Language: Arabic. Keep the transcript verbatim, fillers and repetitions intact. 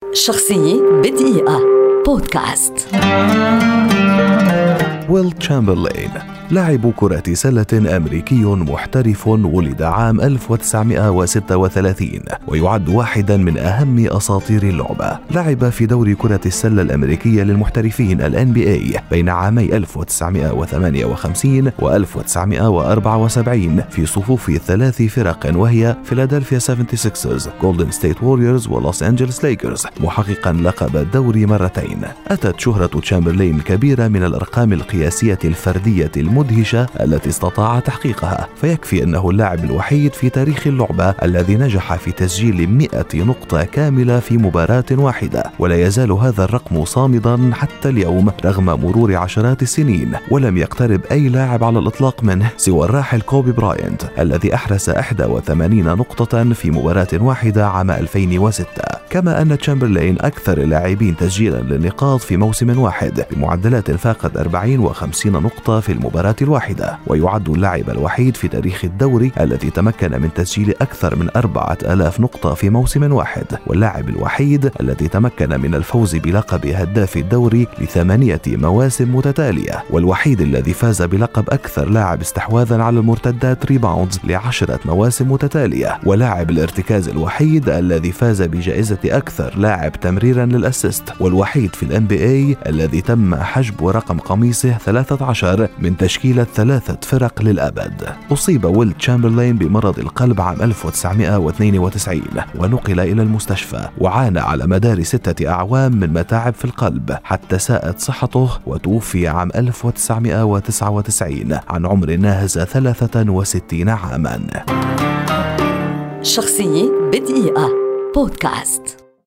شخصية بدقيقة بودكاست. ويل تشامبرلين لاعب كرة سلة أمريكي محترف، ولد عام ألف وتسعمائة وستة وثلاثين ويعد واحدا من أهم أساطير اللعبة. لعب في دوري كرة السلة الأمريكية للمحترفين ال إن بي إيه بين عامي ألف وتسعمائة وثمانية وخمسين و ألف وتسعمائة وأربعة وسبعين في صفوف ثلاث فرق، وهي فيلادلفيا سيفنتي سيكسرز، جولدن ستيت ووريرز، ولوس أنجلس ليكرز، محققا لقب الدوري مرتين. أتت شهرة تشامبرلين الكبيرة من الأرقام القياسية الفردية المدهشة التي استطاع تحقيقها، فيكفي أنه اللاعب الوحيد في تاريخ اللعبة الذي نجح في تسجيل مئة نقطة كاملة في مباراة واحدة، ولا يزال هذا الرقم صامدا حتى اليوم رغم مرور عشرات السنين، ولم يقترب أي لاعب على الإطلاق منه سوى الراحل كوبي براينت الذي أحرز إحدى وثمانين نقطة في مباراة واحدة عام ألفين وستة. كما أن تشامبرلين أكثر اللاعبين تسجيلا للنقاط في موسم واحد بمعدلات فاقت أربعين وخمسين نقطة في المباراة الواحدة، ويعد اللاعب الوحيد في تاريخ الدوري الذي تمكن من تسجيل أكثر من أربعة آلاف نقطة في موسم واحد، واللاعب الوحيد الذي تمكن من الفوز بلقب هداف الدوري لثمانية مواسم متتالية، والوحيد الذي فاز بلقب أكثر لاعب استحواذا على المرتدات ريباوندز لعشرة مواسم متتالية، ولاعب الارتكاز الوحيد الذي فاز بجائزة أكثر لاعب تمريرا للأسيست، والوحيد في ال إن بي إيه الذي تم حجب رقم قميصه ثلاثة عشر من تشكيلة ثلاثة فرق للأبد. أصيب ويل تشامبرلين بمرض القلب عام ألف وتسعمائة واثنين وتسعين ونقل إلى المستشفى، وعانى على مدار ستة أعوام من متاعب في القلب حتى ساءت صحته، وتوفي عام ألف وتسعمائة وتسعة وتسعين عن عمر ناهز ثلاثة وستين عاما. شخصية بدقيقة بودكاست.